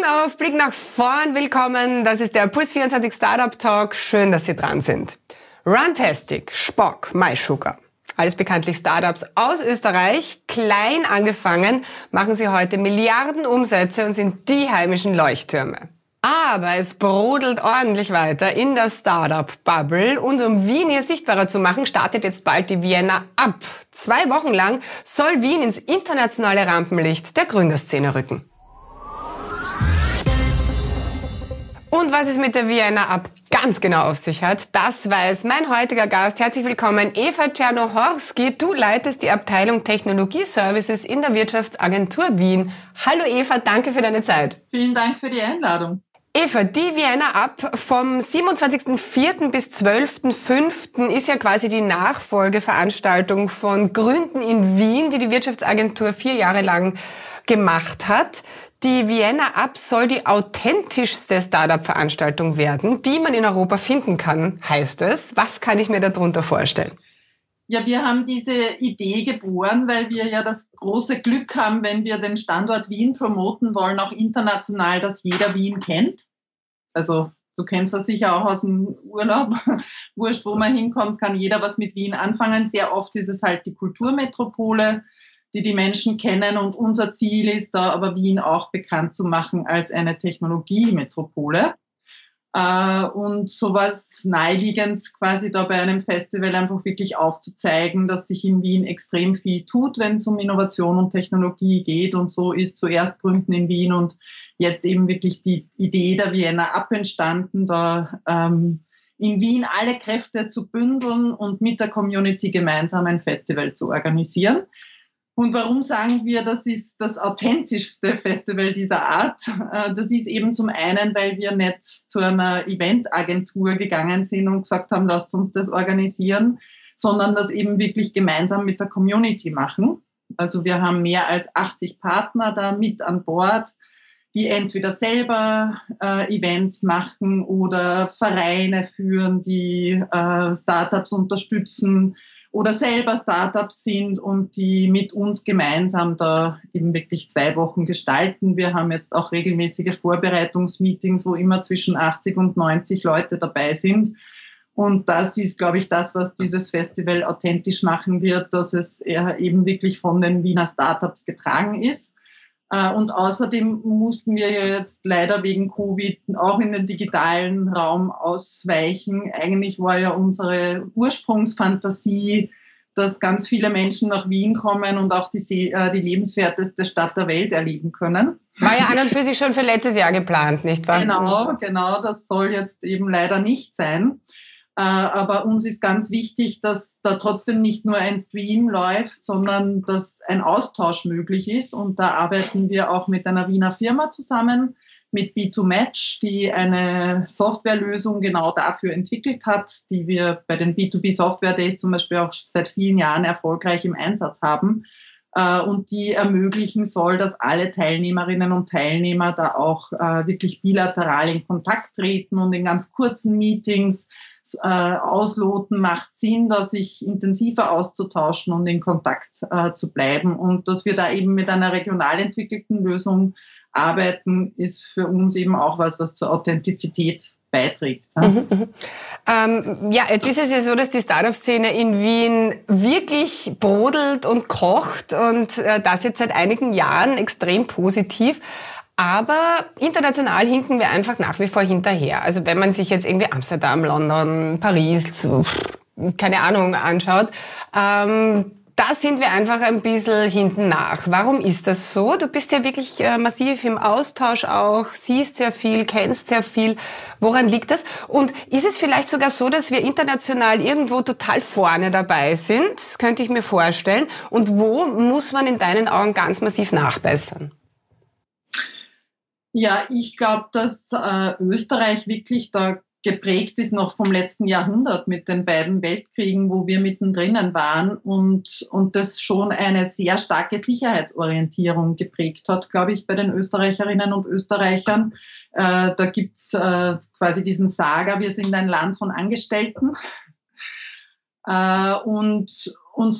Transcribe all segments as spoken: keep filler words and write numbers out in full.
auf, Blick nach vorn, willkommen. Das ist der Puls vierundzwanzig Startup Talk. Schön, dass Sie dran sind. Runtastic, Spock, MySugar. Alles bekanntlich Startups aus Österreich. Klein angefangen, machen sie heute Milliarden Umsätze und sind die heimischen Leuchttürme. Aber es brodelt ordentlich weiter in der Startup-Bubble. Und um Wien hier sichtbarer zu machen, startet jetzt bald die Vienna Up. Zwei Wochen lang soll Wien ins internationale Rampenlicht der Gründerszene rücken. Und was es mit der Vienna Up ganz genau auf sich hat, das weiß mein heutiger Gast. Herzlich willkommen, Eva Czernohorski. Du leitest die Abteilung Technologie-Services in der Wirtschaftsagentur Wien. Hallo Eva, danke für deine Zeit. Vielen Dank für die Einladung. Eva, die Vienna Up vom siebenundzwanzigsten vierten bis zwölften fünften ist ja quasi die Nachfolgeveranstaltung von Gründen in Wien, die die Wirtschaftsagentur vier Jahre lang gemacht hat. Die Vienna Up soll die authentischste Startup-Veranstaltung werden, die man in Europa finden kann, heißt es. Was kann ich mir darunter vorstellen? Ja, wir haben diese Idee geboren, weil wir ja das große Glück haben, wenn wir den Standort Wien promoten wollen, auch international, dass jeder Wien kennt. Also du kennst das sicher auch aus dem Urlaub. Wurscht, wo man hinkommt, kann jeder was mit Wien anfangen. Sehr oft ist es halt die Kulturmetropole, die die Menschen kennen. Und unser Ziel ist da aber Wien auch bekannt zu machen als eine Technologiemetropole. Äh, und sowas naheliegend quasi da bei einem Festival einfach wirklich aufzuzeigen, dass sich in Wien extrem viel tut, wenn es um Innovation und Technologie geht. Und so ist zuerst Gründen in Wien und jetzt eben wirklich die Idee der Vienna Up entstanden, da ähm, in Wien alle Kräfte zu bündeln und mit der Community gemeinsam ein Festival zu organisieren. Und warum sagen wir, das ist das authentischste Festival dieser Art? Das ist eben zum einen, weil wir nicht zu einer Eventagentur gegangen sind und gesagt haben, lasst uns das organisieren, sondern das eben wirklich gemeinsam mit der Community machen. Also wir haben mehr als achtzig Partner da mit an Bord, die entweder selber äh, Events machen oder Vereine führen, die äh, Startups unterstützen, oder selber Startups sind und die mit uns gemeinsam da eben wirklich zwei Wochen gestalten. Wir haben jetzt auch regelmäßige Vorbereitungsmeetings, wo immer zwischen achtzig und neunzig Leute dabei sind. Und das ist, glaube ich, das, was dieses Festival authentisch machen wird, dass es eben wirklich von den Wiener Startups getragen ist. Und außerdem mussten wir ja jetzt leider wegen Covid auch in den digitalen Raum ausweichen. Eigentlich war ja unsere Ursprungsfantasie, dass ganz viele Menschen nach Wien kommen und auch die, die lebenswerteste Stadt der Welt erleben können. War ja an und für sich schon für letztes Jahr geplant, nicht wahr? Genau, genau, das soll jetzt eben leider nicht sein. Aber uns ist ganz wichtig, dass da trotzdem nicht nur ein Stream läuft, sondern dass ein Austausch möglich ist. Und da arbeiten wir auch mit einer Wiener Firma zusammen, mit B zwei Match, die eine Softwarelösung genau dafür entwickelt hat, die wir bei den B zwei B Software Days zum Beispiel auch seit vielen Jahren erfolgreich im Einsatz haben. Und die ermöglichen soll, dass alle Teilnehmerinnen und Teilnehmer da auch wirklich bilateral in Kontakt treten und in ganz kurzen Meetings äh, ausloten, macht Sinn, da sich intensiver auszutauschen und in Kontakt äh, zu bleiben. Und dass wir da eben mit einer regional entwickelten Lösung arbeiten, ist für uns eben auch was, was zur Authentizität beiträgt. Ja? Mhm, mhm. Ähm, ja, jetzt ist es ja so, dass die Startup-Szene in Wien wirklich brodelt und kocht und äh, das jetzt seit einigen Jahren extrem positiv. Aber international hinken wir einfach nach wie vor hinterher. Also wenn man sich jetzt irgendwie Amsterdam, London, Paris, so, keine Ahnung, anschaut, ähm, da sind wir einfach ein bisschen hinten nach. Warum ist das so? Du bist ja wirklich äh, massiv im Austausch auch, siehst sehr viel, kennst sehr viel. Woran liegt das? Und ist es vielleicht sogar so, dass wir international irgendwo total vorne dabei sind? Das könnte ich mir vorstellen. Und wo muss man in deinen Augen ganz massiv nachbessern? Ja, ich glaube, dass äh, Österreich wirklich da geprägt ist noch vom letzten Jahrhundert mit den beiden Weltkriegen, wo wir mittendrin waren und, und das schon eine sehr starke Sicherheitsorientierung geprägt hat, glaube ich, bei den Österreicherinnen und Österreichern. Äh, da gibt's äh, quasi diesen Saga, wir sind ein Land von Angestellten. Äh, und, und so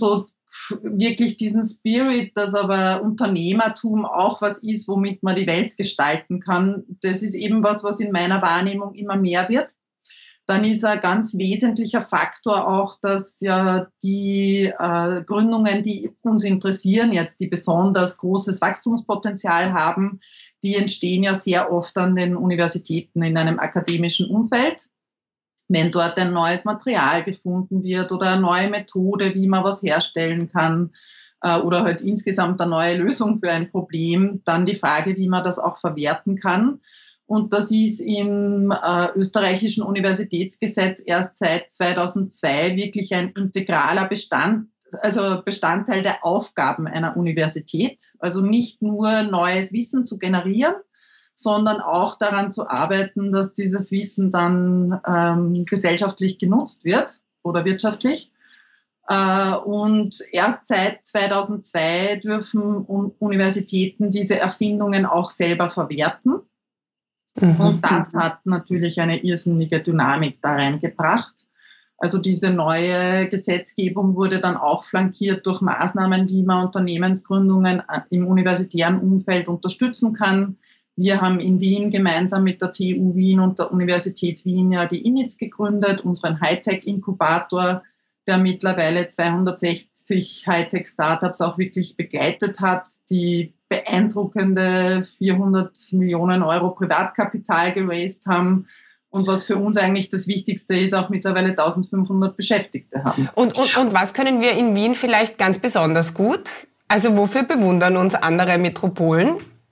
wirklich diesen Spirit, dass aber Unternehmertum auch was ist, womit man die Welt gestalten kann. Das ist eben was, was in meiner Wahrnehmung immer mehr wird. Dann ist ein ganz wesentlicher Faktor auch, dass ja die äh, Gründungen, die uns interessieren, jetzt die besonders großes Wachstumspotenzial haben, die entstehen ja sehr oft an den Universitäten in einem akademischen Umfeld. Wenn dort ein neues Material gefunden wird oder eine neue Methode, wie man was herstellen kann äh, oder halt insgesamt eine neue Lösung für ein Problem, dann die Frage, wie man das auch verwerten kann. Und das ist im äh, österreichischen Universitätsgesetz erst seit zweitausendzwei wirklich ein integraler Bestand, also Bestandteil der Aufgaben einer Universität. Also nicht nur neues Wissen zu generieren, sondern auch daran zu arbeiten, dass dieses Wissen dann ähm, gesellschaftlich genutzt wird oder wirtschaftlich. Äh, und erst seit zweitausendzwei dürfen Un- Universitäten diese Erfindungen auch selber verwerten. Mhm. Und das hat natürlich eine irrsinnige Dynamik da reingebracht. Also diese neue Gesetzgebung wurde dann auch flankiert durch Maßnahmen, wie man Unternehmensgründungen im universitären Umfeld unterstützen kann. Wir haben in Wien gemeinsam mit der T U Wien und der Universität Wien ja die INITS gegründet, unseren Hightech-Inkubator, der mittlerweile zweihundertsechzig Hightech-Startups auch wirklich begleitet hat, die beeindruckende vierhundert Millionen Euro Privatkapital geraced haben. Und was für uns eigentlich das Wichtigste ist, auch mittlerweile eintausendfünfhundert Beschäftigte haben. Und, und, und was können wir in Wien vielleicht ganz besonders gut? Also wofür bewundern uns andere Metropolen?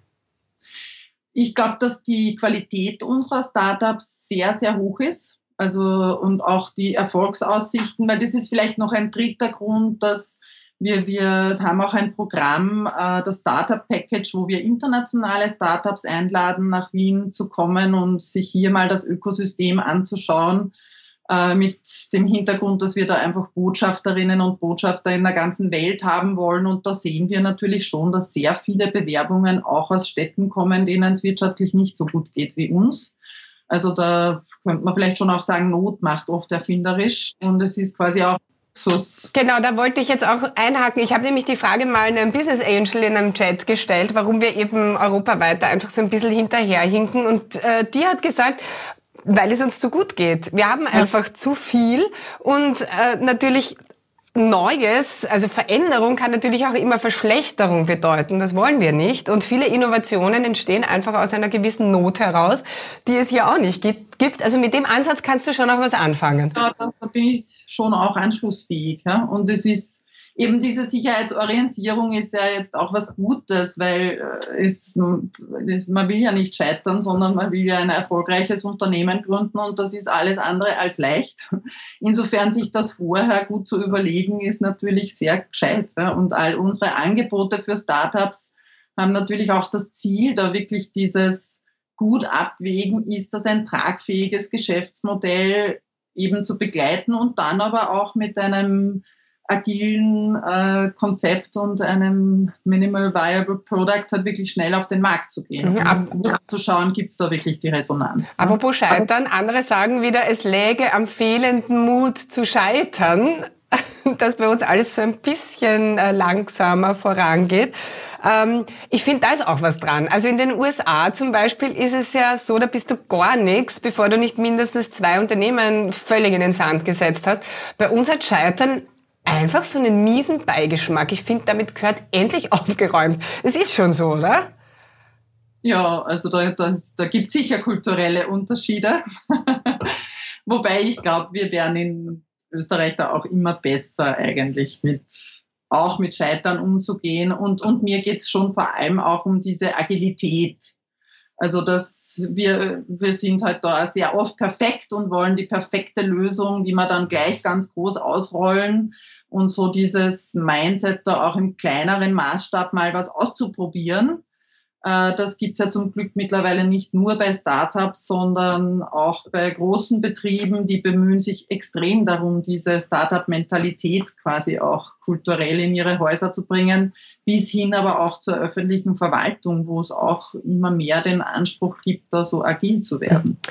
Ich glaube, dass die Qualität unserer Startups sehr, sehr hoch ist. Also, und auch die Erfolgsaussichten, weil das ist vielleicht noch ein dritter Grund, dass wir, wir haben auch ein Programm, äh, das Startup Package, wo wir internationale Startups einladen, nach Wien zu kommen und sich hier mal das Ökosystem anzuschauen, äh, mit dem Hintergrund, dass wir da einfach Botschafterinnen und Botschafter in der ganzen Welt haben wollen. Und da sehen wir natürlich schon, dass sehr viele Bewerbungen auch aus Städten kommen, denen es wirtschaftlich nicht so gut geht wie uns. Also da könnte man vielleicht schon auch sagen, Not macht oft erfinderisch und es ist quasi auch Luxus. Genau, da wollte ich jetzt auch einhaken. Ich habe nämlich die Frage mal einem Business Angel in einem Chat gestellt, warum wir eben europaweit da einfach so ein bisschen hinterherhinken und äh, die hat gesagt, weil es uns zu gut geht. Wir haben einfach ja. zu viel und äh, natürlich Neues, also Veränderung kann natürlich auch immer Verschlechterung bedeuten. Das wollen wir nicht. Und viele Innovationen entstehen einfach aus einer gewissen Not heraus, die es hier auch nicht gibt. Also mit dem Ansatz kannst du schon auch was anfangen. Ja, da bin ich schon auch anschlussfähig. Ja? Und es ist eben diese Sicherheitsorientierung ist ja jetzt auch was Gutes, weil es, es, man will ja nicht scheitern, sondern man will ja ein erfolgreiches Unternehmen gründen und das ist alles andere als leicht. Insofern sich das vorher gut zu überlegen, ist natürlich sehr gescheit. Ja? Und all unsere Angebote für Startups haben natürlich auch das Ziel, da wirklich dieses gut abwägen, ist das ein tragfähiges Geschäftsmodell eben zu begleiten und dann aber auch mit einem agilen äh, Konzept und einem Minimal Viable Product halt wirklich schnell auf den Markt zu gehen. Mhm. Und um zu schauen, gibt es da wirklich die Resonanz. Apropos Scheitern, andere sagen wieder, es läge am fehlenden Mut zu scheitern, dass bei uns alles so ein bisschen äh, langsamer vorangeht. Ähm, ich finde, da ist auch was dran. Also in den U S A zum Beispiel ist es ja so, da bist du gar nichts, bevor du nicht mindestens zwei Unternehmen völlig in den Sand gesetzt hast. Bei uns hat Scheitern einfach so einen miesen Beigeschmack. Ich finde, damit gehört endlich aufgeräumt. Es ist schon so, oder? Ja, also da, da, da gibt es sicher kulturelle Unterschiede. Wobei ich glaube, wir werden in Österreich da auch immer besser eigentlich mit, auch mit Scheitern umzugehen. Und, und mir geht es schon vor allem auch um diese Agilität. Also dass wir, wir sind halt da sehr oft perfekt und wollen die perfekte Lösung, die wir dann gleich ganz groß ausrollen. Und so dieses Mindset, da auch im kleineren Maßstab mal was auszuprobieren. Das gibt es ja zum Glück mittlerweile nicht nur bei Startups, sondern auch bei großen Betrieben, die bemühen sich extrem darum, diese Startup-Mentalität quasi auch kulturell in ihre Häuser zu bringen, bis hin aber auch zur öffentlichen Verwaltung, wo es auch immer mehr den Anspruch gibt, da so agil zu werden.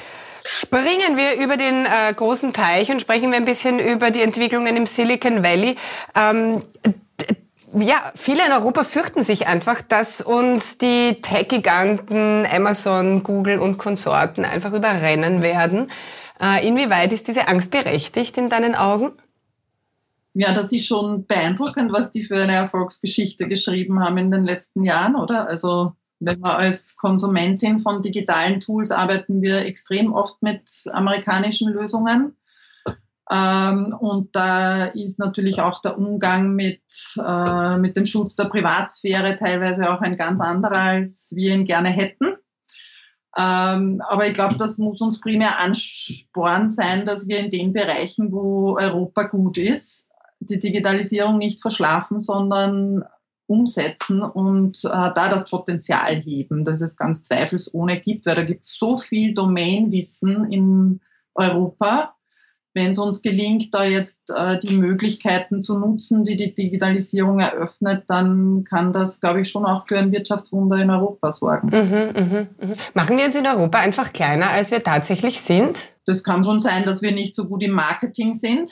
Springen wir über den äh, großen Teich und sprechen wir ein bisschen über die Entwicklungen im Silicon Valley. Ähm, Ja, viele in Europa fürchten sich einfach, dass uns die Tech-Giganten Amazon, Google und Konsorten einfach überrennen werden. Äh, inwieweit ist diese Angst berechtigt in deinen Augen? Ja, das ist schon beeindruckend, was die für eine Erfolgsgeschichte geschrieben haben in den letzten Jahren, oder? Also wenn wir als Konsumentin von digitalen Tools arbeiten wir extrem oft mit amerikanischen Lösungen. Ähm, und da ist natürlich auch der Umgang mit, äh, mit dem Schutz der Privatsphäre teilweise auch ein ganz anderer, als wir ihn gerne hätten. Ähm, aber ich glaube, das muss uns primär Ansporn sein, dass wir in den Bereichen, wo Europa gut ist, die Digitalisierung nicht verschlafen, sondern umsetzen und äh, da das Potenzial heben, das es ganz zweifelsohne gibt, weil da gibt es so viel Domainwissen in Europa. Wenn es uns gelingt, da jetzt äh, die Möglichkeiten zu nutzen, die die Digitalisierung eröffnet, dann kann das, glaube ich, schon auch für ein Wirtschaftswunder in Europa sorgen. Mhm, mh, mh. Machen wir uns in Europa einfach kleiner, als wir tatsächlich sind? Das kann schon sein, dass wir nicht so gut im Marketing sind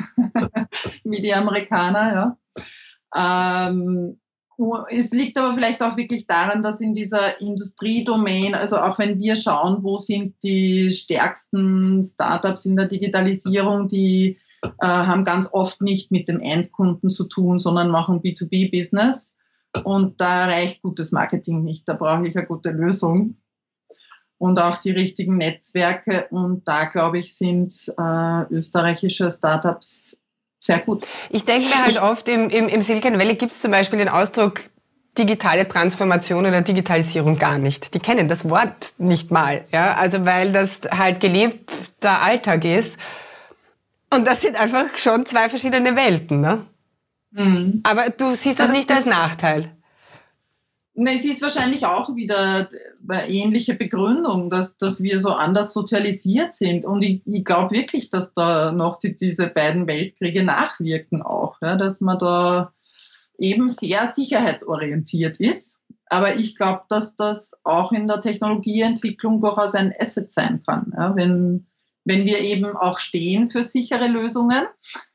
wie die Amerikaner. Ja. Ähm, Es liegt aber vielleicht auch wirklich daran, dass in dieser Industriedomain, also auch wenn wir schauen, wo sind die stärksten Startups in der Digitalisierung, die äh, haben ganz oft nicht mit dem Endkunden zu tun, sondern machen B zwei B Business. Und da reicht gutes Marketing nicht, da brauche ich eine gute Lösung. Und auch die richtigen Netzwerke. Und da, glaube ich, sind äh, österreichische Startups sehr gut. Ich denke mir halt oft, im, im, im Silicon Valley gibt es zum Beispiel den Ausdruck digitale Transformation oder Digitalisierung gar nicht. Die kennen das Wort nicht mal, ja, also weil das halt gelebter Alltag ist. Und das sind einfach schon zwei verschiedene Welten, ne? Mhm. Aber du siehst das nicht als Nachteil. Ne, es ist wahrscheinlich auch wieder eine ähnliche Begründung, dass, dass wir so anders sozialisiert sind. Und ich, ich glaube wirklich, dass da noch die, diese beiden Weltkriege nachwirken auch, ja, dass man da eben sehr sicherheitsorientiert ist. Aber ich glaube, dass das auch in der Technologieentwicklung durchaus ein Asset sein kann. Ja, wenn, wenn wir eben auch stehen für sichere Lösungen,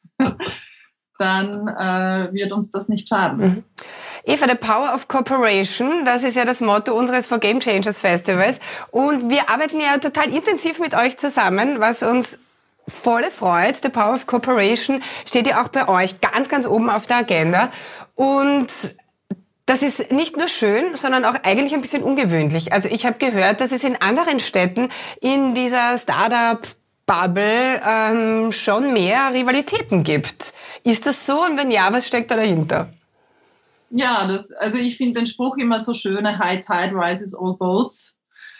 dann äh, wird uns das nicht schaden. Mhm. Eva, the power of cooperation, das ist ja das Motto unseres For Game Changers Festivals. Und wir arbeiten ja total intensiv mit euch zusammen, was uns voll freut. The power of cooperation steht ja auch bei euch ganz, ganz oben auf der Agenda. Und das ist nicht nur schön, sondern auch eigentlich ein bisschen ungewöhnlich. Also ich habe gehört, dass es in anderen Städten in dieser Startup Bubble ähm, schon mehr Rivalitäten gibt. Ist das so? Und wenn ja, was steckt da dahinter? Ja, das, also ich finde den Spruch immer so schön, a high tide rises all boats.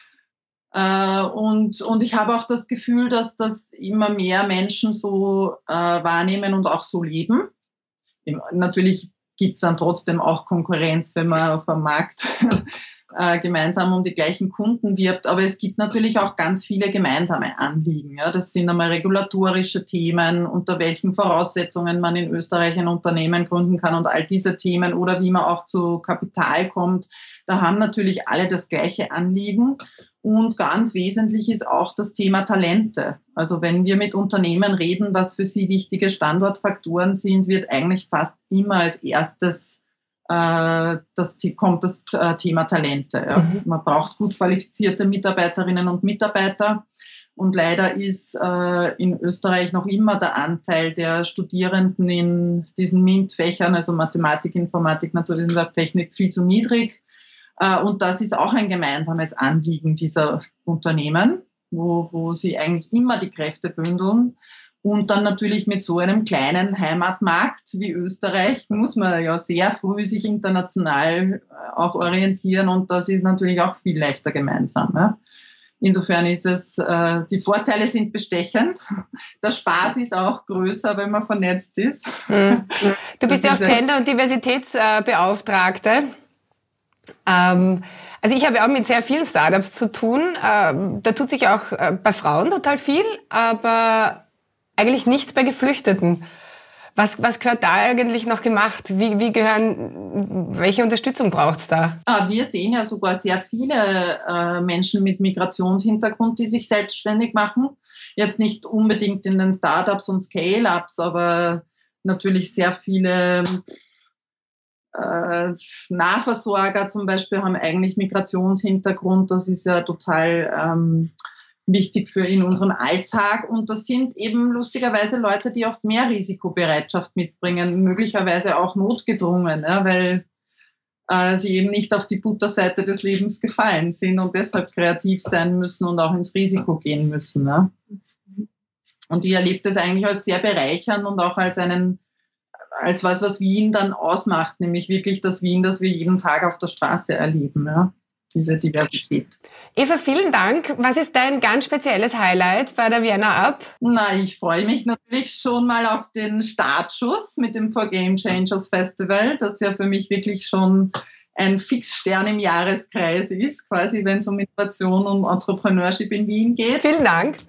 Äh, und, und ich habe auch das Gefühl, dass das immer mehr Menschen so äh, wahrnehmen und auch so leben. Natürlich gibt es dann trotzdem auch Konkurrenz, wenn man auf dem Markt äh, gemeinsam um die gleichen Kunden wirbt. Aber es gibt natürlich auch ganz viele gemeinsame Anliegen. Ja. Das sind einmal regulatorische Themen, unter welchen Voraussetzungen man in Österreich ein Unternehmen gründen kann und all diese Themen oder wie man auch zu Kapital kommt. Da haben natürlich alle das gleiche Anliegen. Und ganz wesentlich ist auch das Thema Talente. Also wenn wir mit Unternehmen reden, was für sie wichtige Standortfaktoren sind, wird eigentlich fast immer als erstes äh, das, kommt das äh, Thema Talente. Ja. Mhm. Man braucht gut qualifizierte Mitarbeiterinnen und Mitarbeiter. Und leider ist äh, in Österreich noch immer der Anteil der Studierenden in diesen MINT-Fächern, also Mathematik, Informatik, Naturwissenschaft, Technik, viel zu niedrig. Und das ist auch ein gemeinsames Anliegen dieser Unternehmen, wo, wo sie eigentlich immer die Kräfte bündeln. Und dann natürlich mit so einem kleinen Heimatmarkt wie Österreich muss man ja sehr früh sich international auch orientieren. Und das ist natürlich auch viel leichter gemeinsam. Ja. Insofern ist es, äh, die Vorteile sind bestechend. Der Spaß ist auch größer, wenn man vernetzt ist. Mhm. Du bist ja auch Gender- und Diversitätsbeauftragte. Ähm, also ich habe auch mit sehr vielen Startups zu tun. Ähm, da tut sich auch äh, bei Frauen total viel, aber eigentlich nichts bei Geflüchteten. Was, was gehört da eigentlich noch gemacht? Wie, wie gehören, welche Unterstützung braucht's da? Ah, wir sehen ja sogar sehr viele äh, Menschen mit Migrationshintergrund, die sich selbstständig machen. Jetzt nicht unbedingt in den Startups und Scale-Ups, aber natürlich sehr viele äh, Nahversorger zum Beispiel haben eigentlich Migrationshintergrund. Das ist ja total ähm, wichtig für in unserem Alltag. Und das sind eben lustigerweise Leute, die oft mehr Risikobereitschaft mitbringen, möglicherweise auch notgedrungen, ja, weil äh, sie eben nicht auf die Butterseite des Lebens gefallen sind und deshalb kreativ sein müssen und auch ins Risiko gehen müssen. Ja. Und ich erlebe das eigentlich als sehr bereichernd und auch als einen, als was, was Wien dann ausmacht, nämlich wirklich das Wien, das wir jeden Tag auf der Straße erleben. Ja. Diese Diversität. Eva, vielen Dank. Was ist dein ganz spezielles Highlight bei der Vienna Up? Na, ich freue mich natürlich schon mal auf den Startschuss mit dem For Game Changers Festival, das ja für mich wirklich schon ein Fixstern im Jahreskreis ist, quasi wenn es um Innovation und Entrepreneurship in Wien geht. Vielen Dank.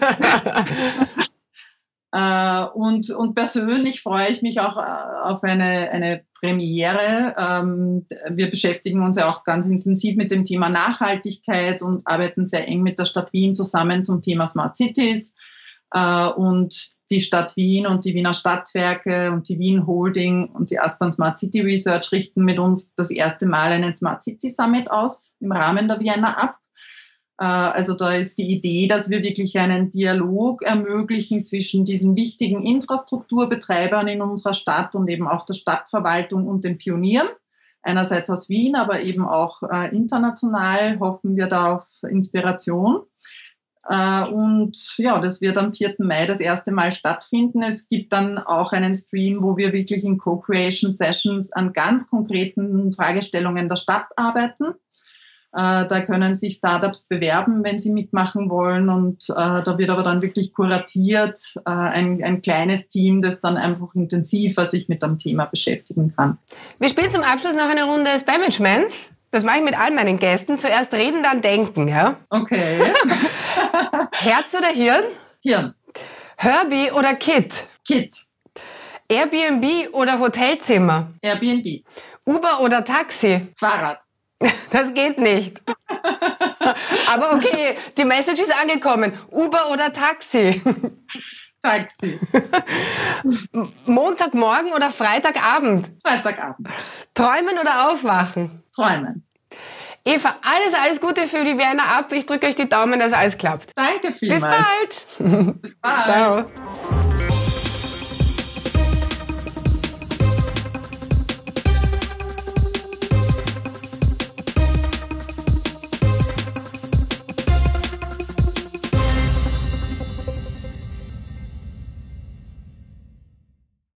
Uh, und, und persönlich freue ich mich auch uh, auf eine, eine Premiere. Um, wir beschäftigen uns ja auch ganz intensiv mit dem Thema Nachhaltigkeit und arbeiten sehr eng mit der Stadt Wien zusammen zum Thema Smart Cities. Uh, und die Stadt Wien und die Wiener Stadtwerke und die Wien Holding und die Aspern Smart City Research richten mit uns das erste Mal einen Smart City Summit aus im Rahmen der Vienna Up. Also da ist die Idee, dass wir wirklich einen Dialog ermöglichen zwischen diesen wichtigen Infrastrukturbetreibern in unserer Stadt und eben auch der Stadtverwaltung und den Pionieren. Einerseits aus Wien, aber eben auch äh, international hoffen wir da auf Inspiration. Äh, und ja, das wird am vierten Mai das erste Mal stattfinden. Es gibt dann auch einen Stream, wo wir wirklich in Co-Creation Sessions an ganz konkreten Fragestellungen der Stadt arbeiten. Da können sich Startups bewerben, wenn sie mitmachen wollen. Und äh, da wird aber dann wirklich kuratiert äh, ein, ein kleines Team, das dann einfach intensiver sich mit dem Thema beschäftigen kann. Wir spielen zum Abschluss noch eine Runde Spamagement. Das mache ich mit all meinen Gästen. Zuerst reden, dann denken. Ja? Okay. Herz oder Hirn? Hirn. Herbie oder Kit? Kit. Airbnb oder Hotelzimmer? Airbnb. Uber oder Taxi? Fahrrad. Das geht nicht. Aber okay, die Message ist angekommen. Uber oder Taxi? Taxi. Montagmorgen oder Freitagabend? Freitagabend. Träumen oder aufwachen? Träumen. Eva, alles, alles Gute für die Vienna Up. Ich drücke euch die Daumen, dass alles klappt. Danke vielmals. Bis bald. Bis bald. Ciao.